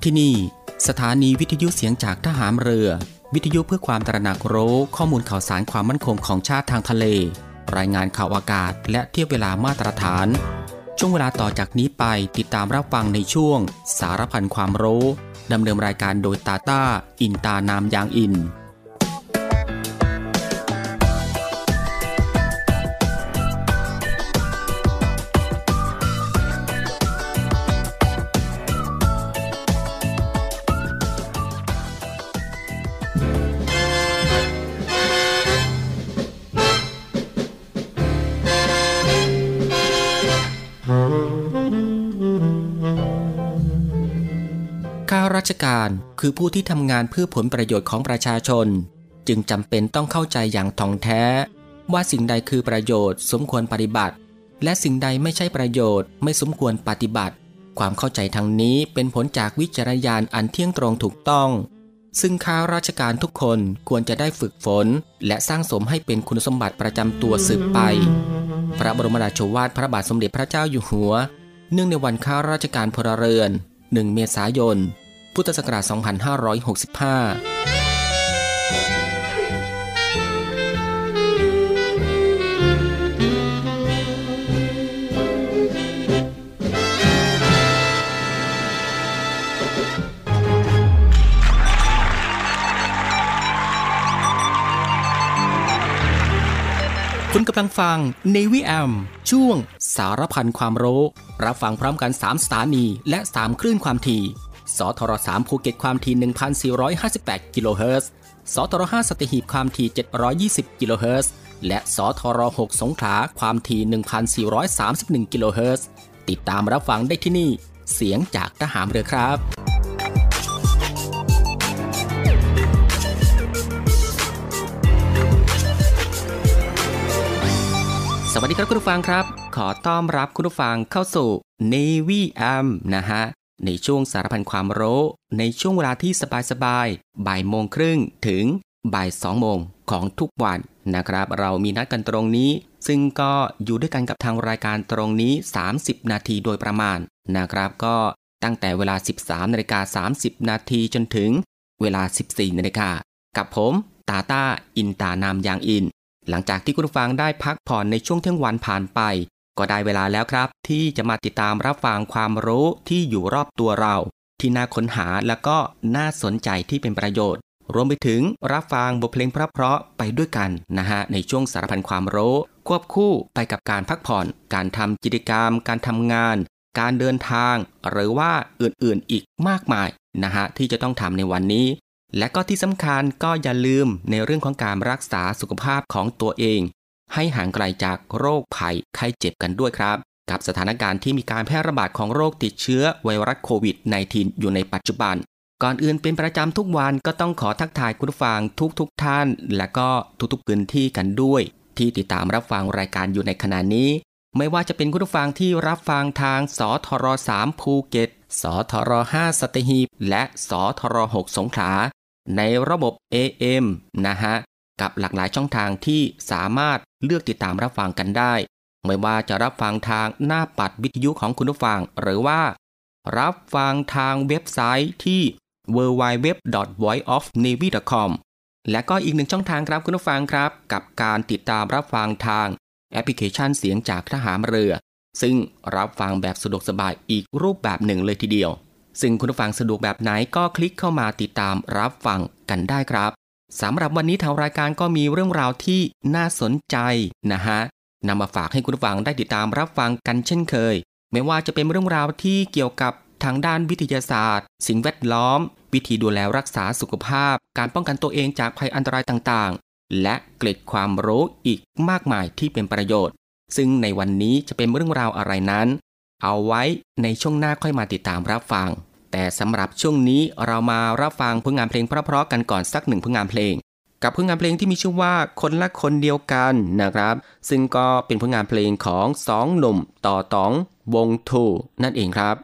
ที่นี่สถานีวิทยุเสียงจากทหารเรือวิทยุเพื่อความตระหนักรู้ข้อมูลข่าวสารความมั่นคงของชาติทางทะเลรายงานข่าวอากาศและเทียบเวลามาตรฐานช่วงเวลาต่อจากนี้ไปติดตามรับฟังในช่วงสารพันความรู้ดำเนินรายการโดยตาต้าอินตานามยางอินข้าราชการคือผู้ที่ทำงานเพื่อผลประโยชน์ของประชาชนจึงจำเป็นต้องเข้าใจอย่างถ่องแท้ว่าสิ่งใดคือประโยชน์สมควรปฏิบัติและสิ่งใดไม่ใช่ประโยชน์ไม่สมควรปฏิบัติความเข้าใจทางนี้เป็นผลจากวิจารณญาณอันเที่ยงตรงถูกต้องซึ่งข้าราชการทุกคนควรจะได้ฝึกฝนและสร้างสมให้เป็นคุณสมบัติประจำตัวสืบไปพระบรมราโชวาทพระบาทสมเด็จพระเจ้าอยู่หัวเนื่องในวันข้าราชการพลเรือน1 เมษายนพุทธศักราช 2565 คุณกำลังฟัง Navy AM ช่วงสารพันความรู้รับฟังพร้อมกัน3 สถานีและ3 คลื่นความถี่สทร3ภูเก็ตความถี่ 1,458 กิโลเฮิรตซ์สทร5สัตหีบความถี่720 กิโลเฮิรตซ์และสทร6สงขลาความถี่ 1,431 กิโลเฮิรตซ์ติดตามรับฟังได้ที่นี่เสียงจากทหารเรือครับสวัสดีครับคุณผู้ฟังครับขอต้อนรับคุณผู้ฟังเข้าสู่ Navy AM นะฮะในช่วงสารพันความรู้ในช่วงเวลาที่สบายๆบ่ายโมงครึ่งถึงบ่าย2 โมงของทุกวันนะครับเรามีนัดกันตรงนี้ซึ่งก็อยู่ด้วยกันกับทางรายการตรงนี้30 นาทีโดยประมาณนะครับก็ตั้งแต่เวลา 13:30 นาทีจนถึงเวลา 14 นาฬิกากับผมตาต้าอินตานามยางอินหลังจากที่คุณผู้ฟังได้พักผ่อนในช่วงเที่ยงวันผ่านไปก็ได้เวลาแล้วครับที่จะมาติดตามรับฟังความรู้ที่อยู่รอบตัวเราที่น่าค้นหาและก็น่าสนใจที่เป็นประโยชน์รวมไปถึงรับฟังบทเพลงเพราะๆไปด้วยกันนะฮะในช่วงสารพันความรู้ควบคู่ไปกับการพักผ่อนการทำกิจกรรมการทำงานการเดินทางหรือว่าอื่นๆอีกมากมายนะฮะที่จะต้องทำในวันนี้และก็ที่สำคัญก็อย่าลืมในเรื่องของการรักษาสุขภาพของตัวเองให้ห่างไกลจากโรคภัยไข้เจ็บกันด้วยครับกับสถานการณ์ที่มีการแพร่ระบาดของโรคติดเชื้อไวรัสโควิด -19 อยู่ในปัจจุบันก่อนอื่นเป็นประจำทุกวันก็ต้องขอทักทายคุณผู้ฟังทุกท่านและก็ทุกพื้นที่กันด้วยที่ติดตามรับฟังรายการอยู่ในขณะนี้ไม่ว่าจะเป็นคุณผู้ฟังที่รับฟังทางสทร3ภูเก็ตสทร5สัตหีบและสทร6สงขลาในระบบ AM นะฮะกับหลากหลายช่องทางที่สามารถเลือกติดตามรับฟังกันได้ไม่ว่าจะรับฟังทางหน้าปัดวิทยุของคุณผู้ฟังหรือว่ารับฟังทางเว็บไซต์ที่ www.voiceofnavy.com และก็อีกหนึ่งช่องทางครับคุณผู้ฟังครับกับการติดตามรับฟังทางแอปพลิเคชันเสียงจากทหารเรือซึ่งรับฟังแบบสะดวกสบายอีกรูปแบบหนึ่งเลยทีเดียวซึ่งคุณผู้ฟังสะดวกแบบไหนก็คลิกเข้ามาติดตามรับฟังกันได้ครับสำหรับวันนี้ทางรายการก็มีเรื่องราวที่น่าสนใจนะฮะนำมาฝากให้คุณผู้ฟังได้ติดตามรับฟังกันเช่นเคยไม่ว่าจะเป็นเรื่องราวที่เกี่ยวกับทางด้านวิทยาศาสตร์สิ่งแวดล้อมวิธีดูแลรักษาสุขภาพการป้องกันตัวเองจากภัยอันตรายต่างๆและเกร็ดความรู้อีกมากมายที่เป็นประโยชน์ซึ่งในวันนี้จะเป็นเรื่องราวอะไรนั้นเอาไว้ในช่วงหน้าค่อยมาติดตามรับฟังแต่สำหรับช่วงนี้เรามารับฟังผลงานเพลงเพราะๆกันก่อนสัก1 ผลงานเพลงกับผลงานเพลงที่มีชื่อว่าคนละคนเดียวกันนะครับซึ่งก็เป็นผลงานเพลงของ2 หนุ่มต่อต๋องวงทูนั่นเองครับ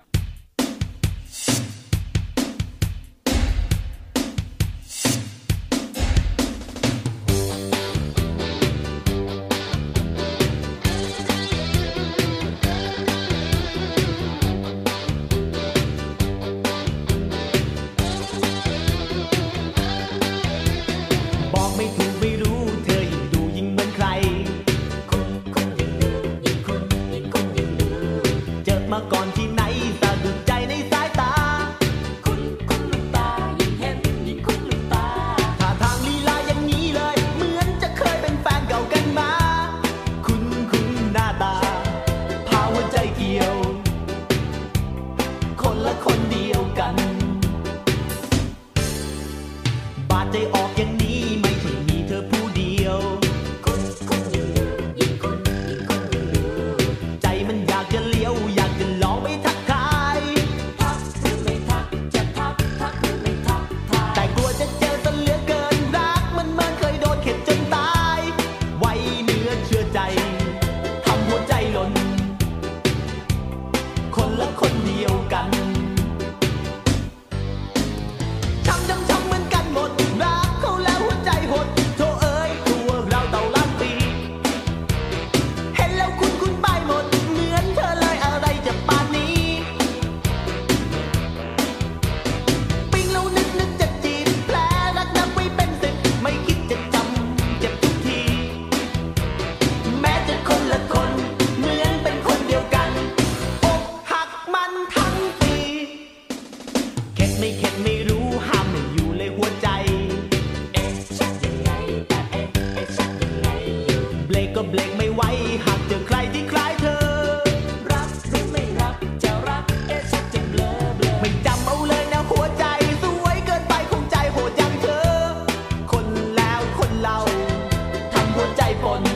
เจอใครที่คล้ายเธอรักหรือไม่รักจะรักชักจะเบลอไม่จำเอาเลยนะหัวใจสวยเกินไปคงใจโหดอย่างเธอคนแล้วคนเล่าทำหัวใจปน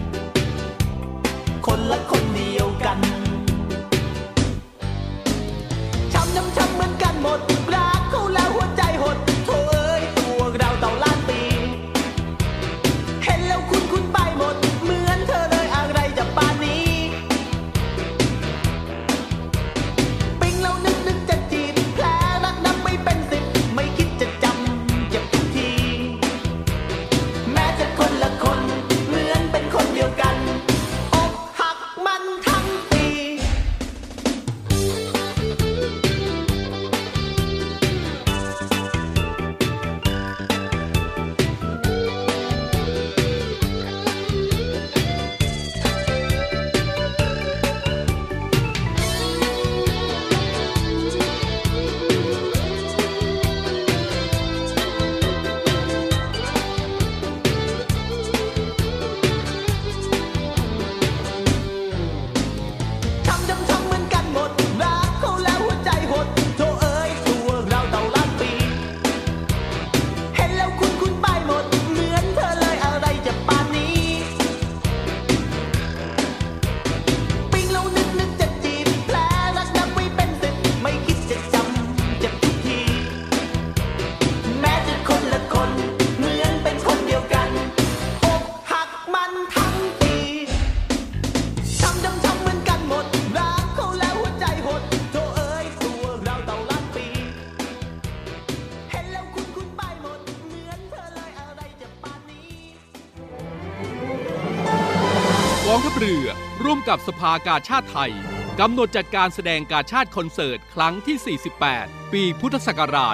คนละคนเดียวกันช้ำเหมือนกันหมดรักเขาแล้วหัวใจหดโธ่เอ้ยตัวเราเต่าล้านปีเห็นแล้วคุ้นไปหมดเหมือนเธอเลยอะไรจะป่านนี้ปิ๊งแล้วนึกจะจีบแผลรักนับไม่เป็นสิบไม่คิดจะจำเจ็บทุกทีแม้จะคนละคนเหมือนเป็นคนเดียวกันอกหักมันทั้งปีกองทัพเรือร่วมกับสภากาชาดไทยกำหนดจัดการแสดงกาชาดคอนเสิร์ตครั้งที่ 48 ปีพุทธศักราช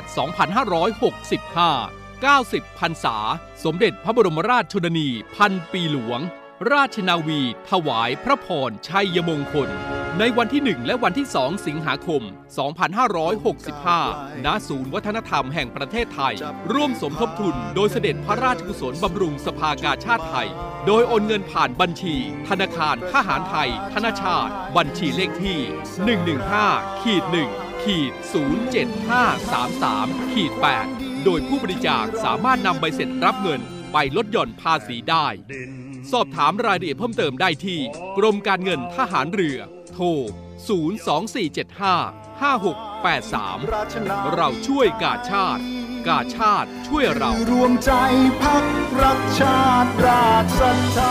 2565 90 พรรษาสมเด็จพระบรมราชชนนีพันปีหลวงราชนาวีถวายพระพรชัยมงคลในวันที่ 1 และวันที่ 2 สิงหาคม 2565 ณ ศูนย์วัฒนธรรมแห่งประเทศไทยร่วมสมทบทุนโดยเสด็จพระราชกุศลบำรุงสภากาชาดไทยโดยโอนเงินผ่านบัญชีธนาคารทหารไทยธนชาติบัญชีเลขที่ 115-1-07533-8 โดยผู้บริจาคสามารถนำใบเสร็จรับเงินไปลดหย่อนภาษีได้สอบถามรายละเอียดเพิ่มเติมได้ที่กรมการเงินทหารเรือโทร 024755683 เราช่วยกาชาดกาชาดช่วยเรารวมใจพักรักชาติราชศรัทธา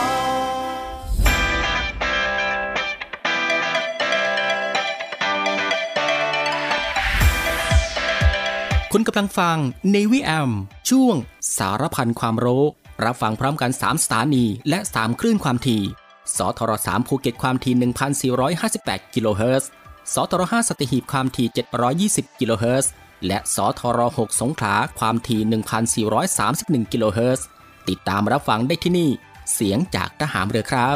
คุณกำลังฟัง Navy AM ช่วงสารพันความรู้รับฟังพร้อมกัน3สถานีและ3คลื่นความถี่สทร3ภูเก็ตความถี่ 1,458 กิโลเฮิรตซ์สทร5สัตหีบความถี่720 กิโลเฮิรตซ์และสทร6สงขลาความถี่ 1,431 กิโลเฮิรตซ์ติดตามรับฟังได้ที่นี่เสียงจากทหารเรือครับ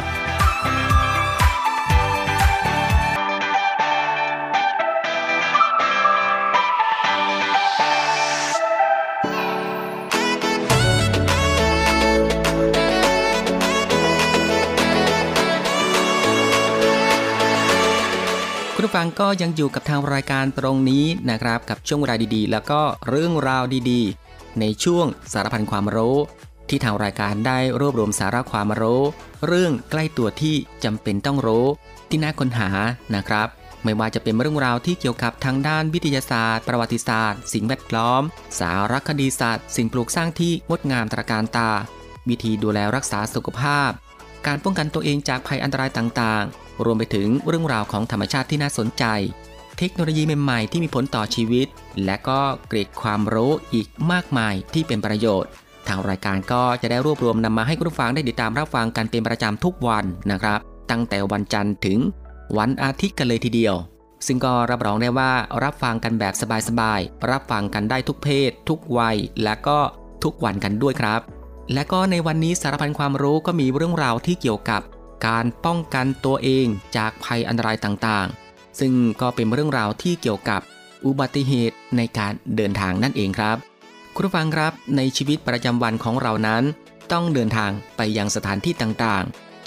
คุณผู้ฟังก็ยังอยู่กับทางรายการตรงนี้นะครับกับช่วงเวลาดีๆแล้วก็เรื่องราวดีๆในช่วงสารพันความรู้ที่ทางรายการได้รวบรวมสาระความรู้เรื่องใกล้ตัวที่จำเป็นต้องรู้ที่น่าค้นหานะครับไม่ว่าจะเป็นเรื่องราวที่เกี่ยวกับทางด้านวิทยาศาสตร์ประวัติศาสตร์สิ่งแวดล้อมสารคดีศาสตร์สิ่งปลูกสร้างที่งดงามตระการตาวิธีดูแลรักษาสุขภาพการป้องกันตัวเองจากภัยอันตรายต่างๆรวมไปถึงเรื่องราวของธรรมชาติที่น่าสนใจเทคโนโลยีใหม่ๆที่มีผลต่อชีวิตและก็เกร็ดความรู้อีกมากมายที่เป็นประโยชน์ทางรายการก็จะได้รวบรวมนำมาให้คุณผู้ฟังได้ติดตามรับฟังกันเป็นประจำทุกวันนะครับตั้งแต่วันจันทร์ถึงวันอาทิตย์กันเลยทีเดียวซึ่งก็รับรองได้ว่ารับฟังกันแบบสบายๆรับฟังกันได้ทุกเพศทุกวัยและก็ทุกวันกันด้วยครับและก็ในวันนี้สารพันความรู้ก็มีเรื่องราวที่เกี่ยวกับการป้องกันตัวเองจากภัยอันตรายต่างๆซึ่งก็เป็นเรื่องราวที่เกี่ยวกับอุบัติเหตุในการเดินทางนั่นเองครับคุณผู้ฟังครับในชีวิตประจำวันของเรานั้นต้องเดินทางไปยังสถานที่ต่างๆ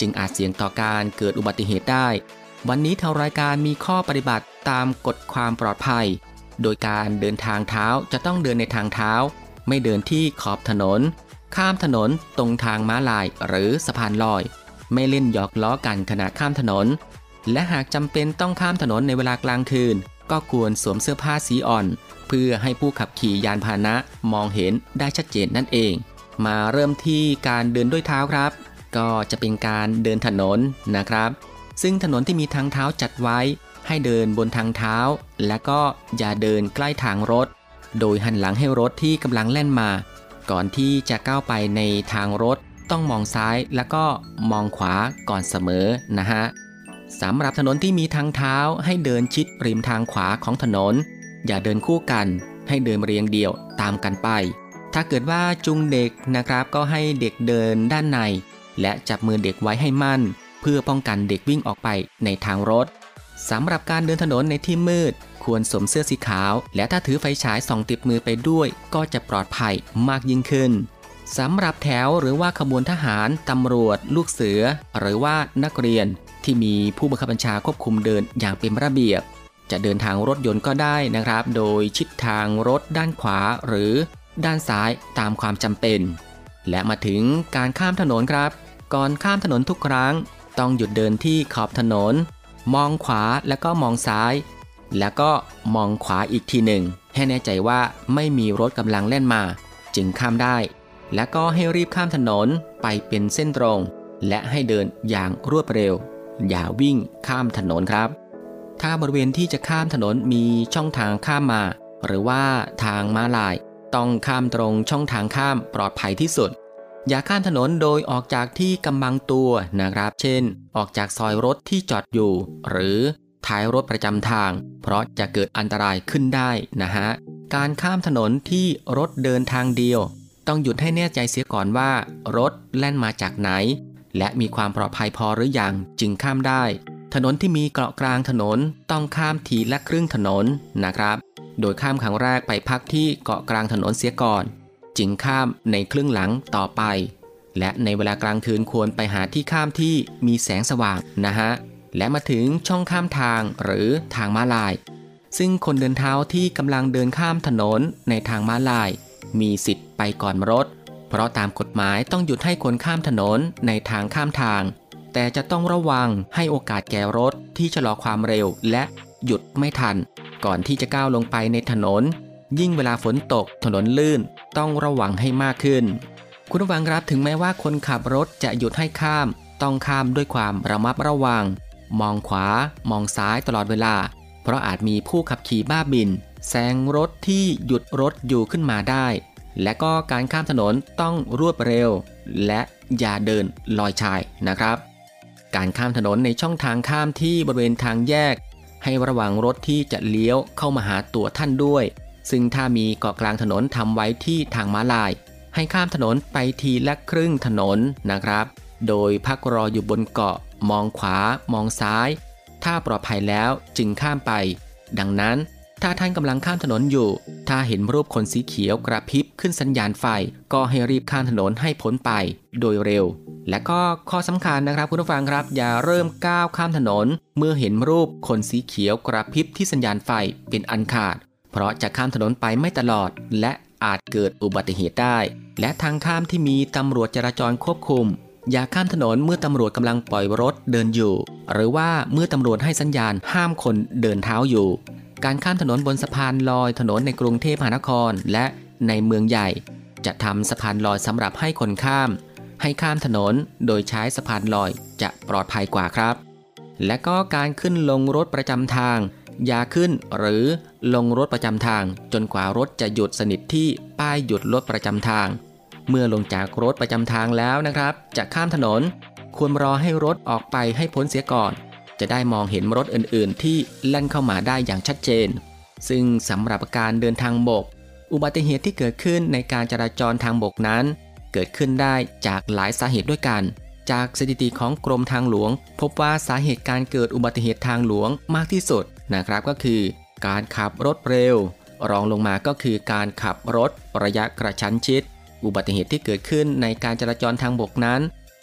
จึงอาจเสี่ยงต่อการเกิดอุบัติเหตุได้วันนี้ทางรายการมีข้อปฏิบัติตามกฎความปลอดภัยโดยการเดินทางเท้าจะต้องเดินในทางเท้าไม่เดินที่ขอบถนนข้ามถนนตรงทางม้าลายหรือสะพานลอยไม่เล่นหยอกล้อกันขณะข้ามถนนและหากจำเป็นต้องข้ามถนนในเวลากลางคืนก็ควรสวมเสื้อผ้าสีอ่อนเพื่อให้ผู้ขับขี่ยานพาหนะมองเห็นได้ชัดเจนนั่นเองมาเริ่มที่การเดินด้วยเท้าครับก็จะเป็นการเดินถนนนะครับซึ่งถนนที่มีทางเท้าจัดไว้ให้เดินบนทางเท้าและก็อย่าเดินใกล้ทางรถโดยหันหลังให้รถที่กำลังแล่นมาก่อนที่จะก้าวไปในทางรถต้องมองซ้ายแล้วก็มองขวาก่อนเสมอนะฮะสำหรับถนนที่มีทางเท้าให้เดินชิดริมทางขวาของถนนอย่าเดินคู่กันให้เดินเรียงเดี่ยวตามกันไปถ้าเกิดว่าจูงเด็กนะครับก็ให้เด็กเดินด้านในและจับมือเด็กไว้ให้มั่นเพื่อป้องกันเด็กวิ่งออกไปในทางรถสำหรับการเดินถนนในที่มืดควรสวมเสื้อสีขาวและถ้าถือไฟฉายส่องติดมือไปด้วยก็จะปลอดภัยมากยิ่งขึ้นสำหรับแถวหรือว่าขบวนทหารตำรวจลูกเสือหรือว่านักเรียนที่มีผู้บังคับบัญชาควบคุมเดินอย่างเป็นระเบียบจะเดินทางรถยนต์ก็ได้นะครับโดยชิดทางรถด้านขวาหรือด้านซ้ายตามความจำเป็นและมาถึงการข้ามถนนครับก่อนข้ามถนนทุกครั้งต้องหยุดเดินที่ขอบถนนมองขวาแล้วก็มองซ้ายแล้วก็มองขวาอีกทีหนึ่งให้แน่ใจว่าไม่มีรถกำลังแล่นมาจึงข้ามได้และก็ให้รีบข้ามถนนไปเป็นเส้นตรงและให้เดินอย่างรวดเร็วอย่าวิ่งข้ามถนนครับถ้าบริเวณที่จะข้ามถนนมีช่องทางข้ามมาหรือว่าทางม้าลายต้องข้ามตรงช่องทางข้ามปลอดภัยที่สุดอย่าข้ามถนนโดยออกจากที่กำบังตัวนะครับเช่นออกจากซอยรถที่จอดอยู่หรือท้ายรถประจำทางเพราะจะเกิดอันตรายขึ้นได้นะฮะการข้ามถนนที่รถเดินทางเดียวต้องหยุดให้แน่ใจเสียก่อนว่ารถแล่นมาจากไหนและมีความปลอดภัยพอหรือยังจึงข้ามได้ถนนที่มีเกาะกลางถนนต้องข้ามทีละครึ่งถนนนะครับโดยข้ามครั้งแรกไปพักที่เกาะกลางถนนเสียก่อนจึงข้ามในครึ่งหลังต่อไปและในเวลากลางคืนควรไปหาที่ข้ามที่มีแสงสว่างนะฮะและมาถึงช่องข้ามทางหรือทางม้าลายซึ่งคนเดินเท้าที่กำลังเดินข้ามถนนในทางม้าลายมีสิทธิ์ไปก่อนรถเพราะตามกฎหมายต้องหยุดให้คนข้ามถนนในทางข้ามทางแต่จะต้องระวังให้โอกาสแก่รถที่ชะลอความเร็วและหยุดไม่ทันก่อนที่จะก้าวลงไปในถนนยิ่งเวลาฝนตกถนนลื่นต้องระวังให้มากขึ้นคุณผู้ฟังครับถึงแม้ว่าคนขับรถจะหยุดให้ข้ามต้องข้ามด้วยความระมัดระวังมองขวามองซ้ายตลอดเวลาเพราะอาจมีผู้ขับขี่บ้าบิ่นแซงรถที่หยุดรถอยู่ขึ้นมาได้และก็การข้ามถนนต้องรวดเร็วและอย่าเดินลอยชายนะครับการข้ามถนนในช่องทางข้ามที่บริเวณทางแยกให้ระวังรถที่จะเลี้ยวเข้ามาหาตัวท่านด้วยซึ่งถ้ามีเกาะกลางถนนทำไว้ที่ทางม้าลายให้ข้ามถนนไปทีละครึ่งถนนนะครับโดยพักรออยู่บนเกาะมองขวามองซ้ายถ้าปลอดภัยแล้วจึงข้ามไปดังนั้นถ้าท่านกำลังข้ามถนนอยู่ถ้าเห็นรูปคนสีเขียวกระพริบขึ้นสัญญาณไฟก็ให้รีบข้ามถนนให้พ้นไปโดยเร็วและก็ข้อสำคัญนะครับคุณผู้ฟังครับอย่าเริ่มก้าวข้ามถนนเมื่อเห็นรูปคนสีเขียวกระพริบที่สัญญาณไฟเป็นอันขาดเพราะจะข้ามถนนไปไม่ตลอดและอาจเกิดอุบัติเหตุได้และทางข้ามที่มีตำรวจจราจรควบคุมอย่าข้ามถนนเมื่อตำรวจกำลังปล่อยรถเดินอยู่หรือว่าเมื่อตำรวจให้สัญญาณห้ามคนเดินเท้าอยู่การข้ามถนนบนสะพานลอยถนนในกรุงเทพมหานครและในเมืองใหญ่จะทำสะพานลอยสำหรับให้คนข้ามให้ข้ามถนนโดยใช้สะพานลอยจะปลอดภัยกว่าครับและก็การขึ้นลงรถประจำทางอย่าขึ้นหรือลงรถประจำทางจนกว่ารถจะหยุดสนิทที่ป้ายหยุดรถประจำทางเมื่อลงจากรถประจำทางแล้วนะครับจะข้ามถนนควรรอให้รถออกไปให้พ้นเสียก่อนจะได้มองเห็นรถอื่นๆที่แล่นเข้ามาได้อย่างชัดเจนซึ่งสำหรับการเดินทางบกอุบัติเหตุที่เกิดขึ้นในการจราจรทางบกนั้นเกิดขึ้นได้จากหลายสาเหตุด้วยกันจากสถิติของกรมทางหลวงพบว่าสาเหตุการเกิดอุบัติเหตุทางหลวงมากที่สุดนะครับก็คือการขับรถเร็วรองลงมาก็คือการขับรถระยะกระชั้นชิดอุบัติเหตุที่เกิดขึ้นในการจราจรทางบกนั้น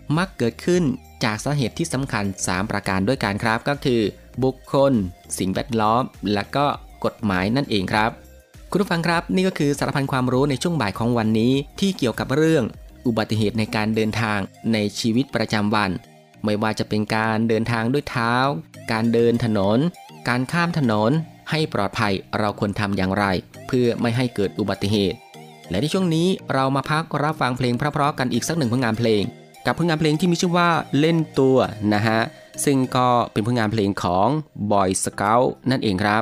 มักเกิดขึ้นจากสาเหตุที่สำคัญ3ประการด้วยกันครับก็คือบุคคลสิ่งแวดล้อมและก็กฎหมายนั่นเองครับคุณผู้ฟังครับนี่ก็คือสารพันความรู้ในช่วงบ่ายของวันนี้ที่เกี่ยวกับเรื่องอุบัติเหตุในการเดินทางในชีวิตประจำวันไม่ว่าจะเป็นการเดินทางด้วยเท้าการเดินถนนการข้ามถนนให้ปลอดภัยเราควรทำอย่างไรเพื่อไม่ให้เกิดอุบัติเหตุและในช่วงนี้เรามาพักรับฟังเพลงเพราะๆกันอีกสักหนึ่งผลงานเพลงกับผลงานเพลงที่มีชื่อว่าเล่นตัวนะฮะซึ่งก็เป็นผลงานเพลงของ Boy Scout นั่นเองครับ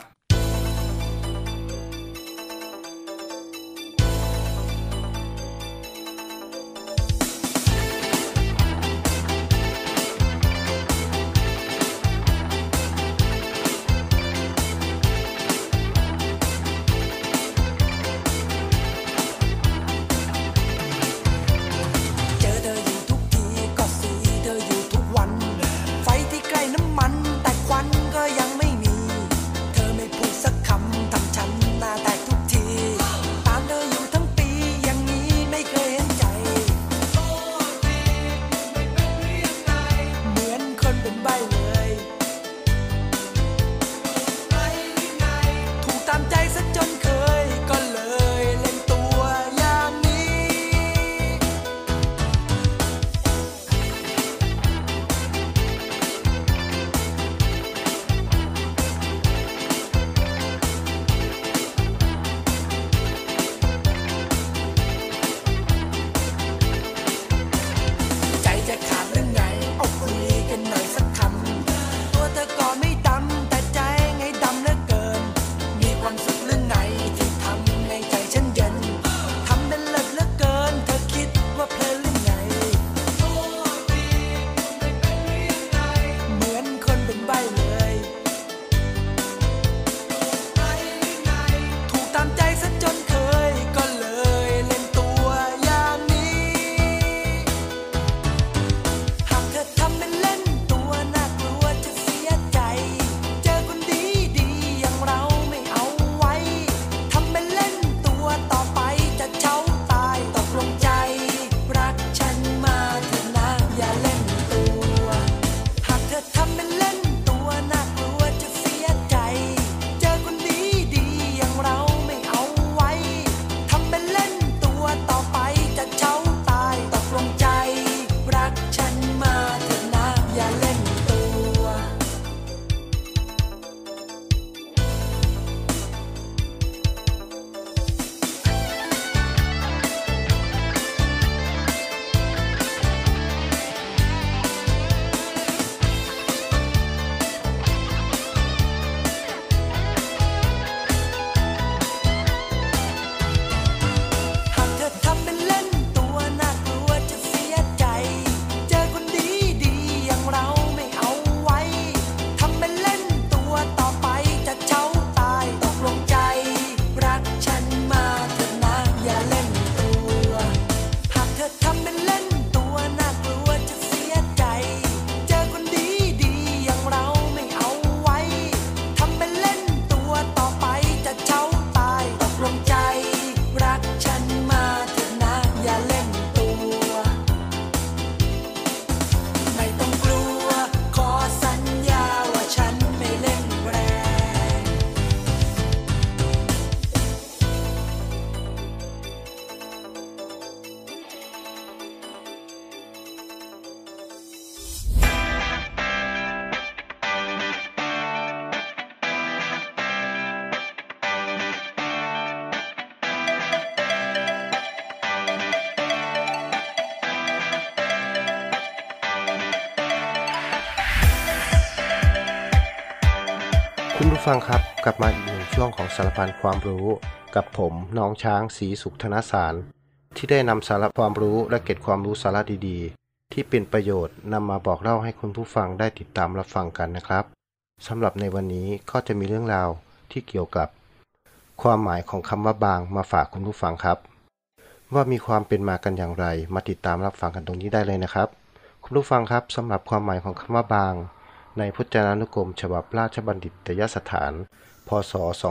คุณผู้ฟังครับกลับมาอีกหนึ่งช่วงของสารพันความรู้กับผมน้องช้างศรีสุขธนสารที่ได้นำสาระความรู้และเกร็ดความรู้สาระดีๆที่เป็นประโยชน์นำมาบอกเล่าให้คุณผู้ฟังได้ติดตามรับฟังกันนะครับสำหรับในวันนี้ก็จะมีเรื่องราวที่เกี่ยวกับความหมายของคำว่าบางมาฝากคุณผู้ฟังครับว่ามีความเป็นมากันอย่างไรมาติดตามรับฟังกันตรงนี้ได้เลยนะครับคุณผู้ฟังครับสำหรับความหมายของคำว่าบางในพจนานุกรมฉบับราชบัณฑิตยสถานพ.ศ.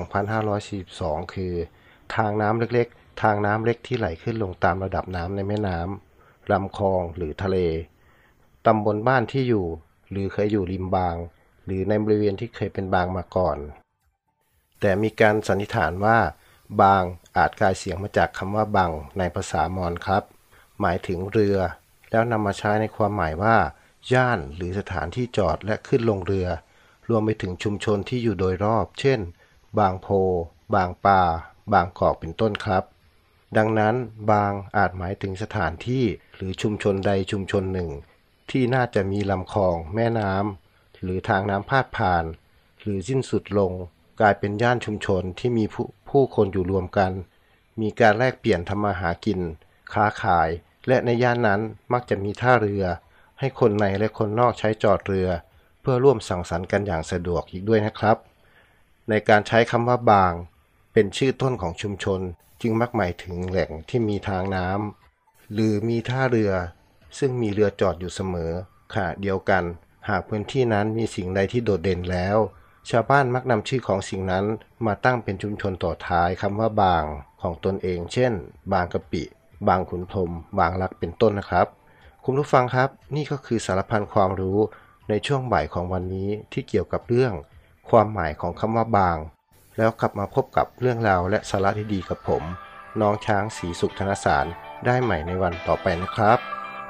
2542คือทางน้ำเล็กๆทางน้ำเล็กที่ไหลขึ้นลงตามระดับน้ำในแม่น้ำลำคลองหรือทะเลตำบลบ้านที่อยู่หรือเคยอยู่ริมบางหรือในบริเวณที่เคยเป็นบางมาก่อนแต่มีการสันนิษฐานว่าบางอาจกลายเสียงมาจากคำว่าบังในภาษามอญครับหมายถึงเรือแล้วนำมาใช้ในความหมายว่าย่านหรือสถานที่จอดและขึ้นลงเรือรวมไปถึงชุมชนที่อยู่โดยรอบเช่นบางโพบางปาบางกอกเป็นต้นครับดังนั้นบางอาจหมายถึงสถานที่หรือชุมชนใดชุมชนหนึ่งที่น่าจะมีลำคลองแม่น้ำหรือทางน้ำพาดผ่านหรือสิ้นสุดลงกลายเป็นย่านชุมชนที่มีผู้คนอยู่รวมกันมีการแลกเปลี่ยนทำมาหากินค้าขายและในย่านนั้นมักจะมีท่าเรือให้คนในและคนนอกใช้จอดเรือเพื่อร่วมสังสรรค์กันอย่างสะดวกอีกด้วยนะครับในการใช้คำว่าบางเป็นชื่อต้นของชุมชนจึงมักหมายถึงแหล่งที่มีทางน้ำหรือมีท่าเรือซึ่งมีเรือจอดอยู่เสมอขณะเดียวกันหากพื้นที่นั้นมีสิ่งใดที่โดดเด่นแล้วชาวบ้านมักนำชื่อของสิ่งนั้นมาตั้งเป็นชุมชนต่อท้ายคำว่าบางของตนเองเช่นบางกะปิบางขุนพรหมบางรักเป็นต้นนะครับคุณผู้ฟังครับนี่ก็คือสารพันความรู้ในช่วงบ่ายของวันนี้ที่เกี่ยวกับเรื่องความหมายของคำว่าบางแล้วกลับมาพบกับเรื่องราวและสาระดีๆกับผมน้องช้างศรีสุขธนสารได้ใหม่ในวันต่อไปนะครับ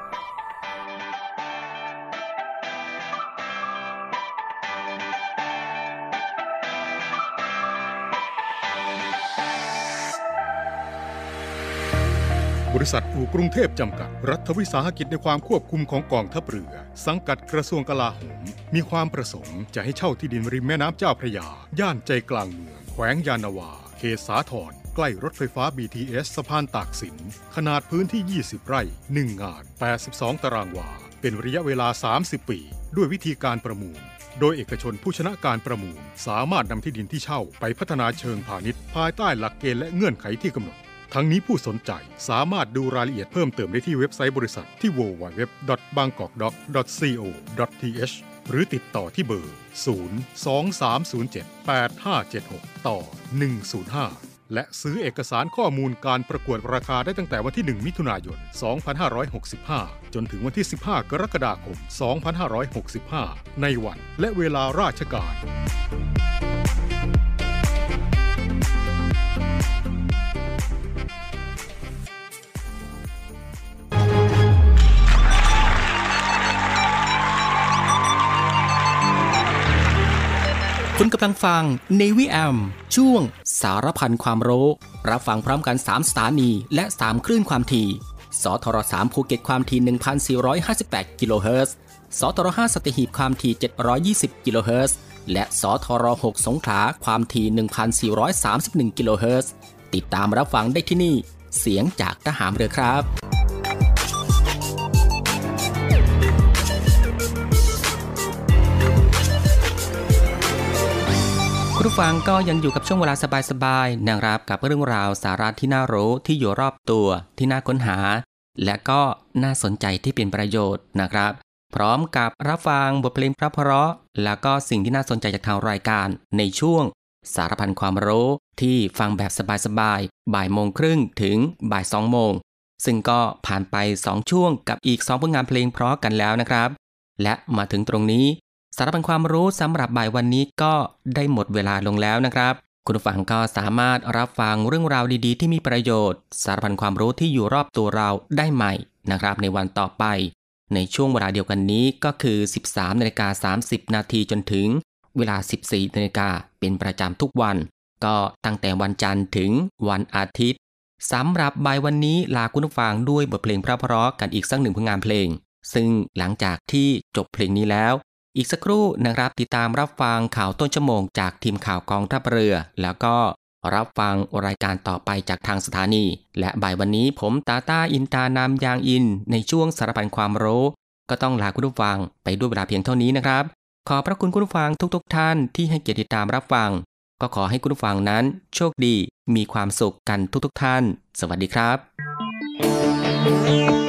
บริษัทอู่กรุงเทพจำกัดรัฐวิสาหกิจในความควบคุมของกองทัพเรือสังกัดกระทรวงกลาโหมมีความประสงค์จะให้เช่าที่ดินริมแม่น้ำเจ้าพระยาย่านใจกลางเมืองแขวงยานนาวาเขตสาทรใกล้รถไฟฟ้า BTS สะพานตากสินขนาดพื้นที่20 ไร่1 งาน82 ตารางวาเป็นระยะเวลา30 ปีด้วยวิธีการประมูลโดยเอกชนผู้ชนะการประมูลสามารถนำที่ดินที่เช่าไปพัฒนาเชิงพาณิชย์ภายใต้หลักเกณฑ์และเงื่อนไขที่กำหนดทั้งนี้ผู้สนใจสามารถดูรายละเอียดเพิ่มเติมได้ที่เว็บไซต์บริษัทที่ www.bangkokdock.co.th หรือติดต่อที่เบอร์ 023078576-105 และซื้อเอกสารข้อมูลการประกวดราคาได้ตั้งแต่วันที่ 1 มิถุนายน 2565 จนถึงวันที่ 15 กรกฎาคม 2565 ในวันและเวลาราชการคุณกำลังฟัง Navy AM ช่วงสารพันความรู้รับฟังพร้อมกัน3สถานีและ3คลื่นความถี่สทร3ภูเก็ตความถี่ 1,458 กิโลเฮิรตซ์สทร5สัตหีบความถี่720 กิโลเฮิรตซ์และสทร6สงขลาความถี่ 1,431 กิโลเฮิรตซ์ติดตามรับฟังได้ที่นี่เสียงจากทหารเรือครับคุณผู้ฟังก็ยังอยู่กับช่วงเวลาสบายๆนะครับกับเรื่องราวสาระที่น่ารู้ที่อยู่รอบตัวที่น่าค้นหาและก็น่าสนใจที่เป็นประโยชน์นะครับพร้อมกับรับฟังบทเพลงเพราะๆแล้วก็สิ่งที่น่าสนใจจากทางรายการในช่วงสารพันความรู้ที่ฟังแบบสบายๆบ่ายโมงครึ่งถึงบ่าย2โมงซึ่งก็ผ่านไป2ช่วงกับอีก2ผลงานเพลงเพราะกันแล้วนะครับและมาถึงตรงนี้สารพันความรู้สำหรับบ่ายวันนี้ก็ได้หมดเวลาลงแล้วนะครับคุณผู้ฟังก็สามารถรับฟังเรื่องราวดีๆที่มีประโยชน์สารพันความรู้ที่อยู่รอบตัวเราได้ใหม่นะครับในวันต่อไปในช่วงเวลาเดียวกันนี้ก็คือ 13:30 นาทีจนถึงเวลา 14:00 นเป็นประจำทุกวันก็ตั้งแต่วันจันทร์ถึงวันอาทิตย์สำหรับบ่ายวันนี้ลาคุณผู้ฟังด้วยบทเพลงเพราะๆกันอีกสักหนึ่งผลงานเพลงซึ่งหลังจากที่จบเพลงนี้แล้วอีกสักครู่นะครับติดตามรับฟังข่าวต้นชั่วโมงจากทีมข่าวกองทัพเรือแล้วก็รับฟังรายการต่อไปจากทางสถานีและบ่ายวันนี้ผมตาต้าอินตานามยางอินในช่วงสารพันความรู้ก็ต้องลาคุณผู้ฟังไปด้วยเวลาเพียงเท่านี้นะครับขอบพระคุณคุณผู้ฟังทุกท่านที่ให้เกียรติติดตามรับฟังก็ขอให้คุณผู้ฟังนั้นโชคดีมีความสุขกันทุกท่านสวัสดีครับ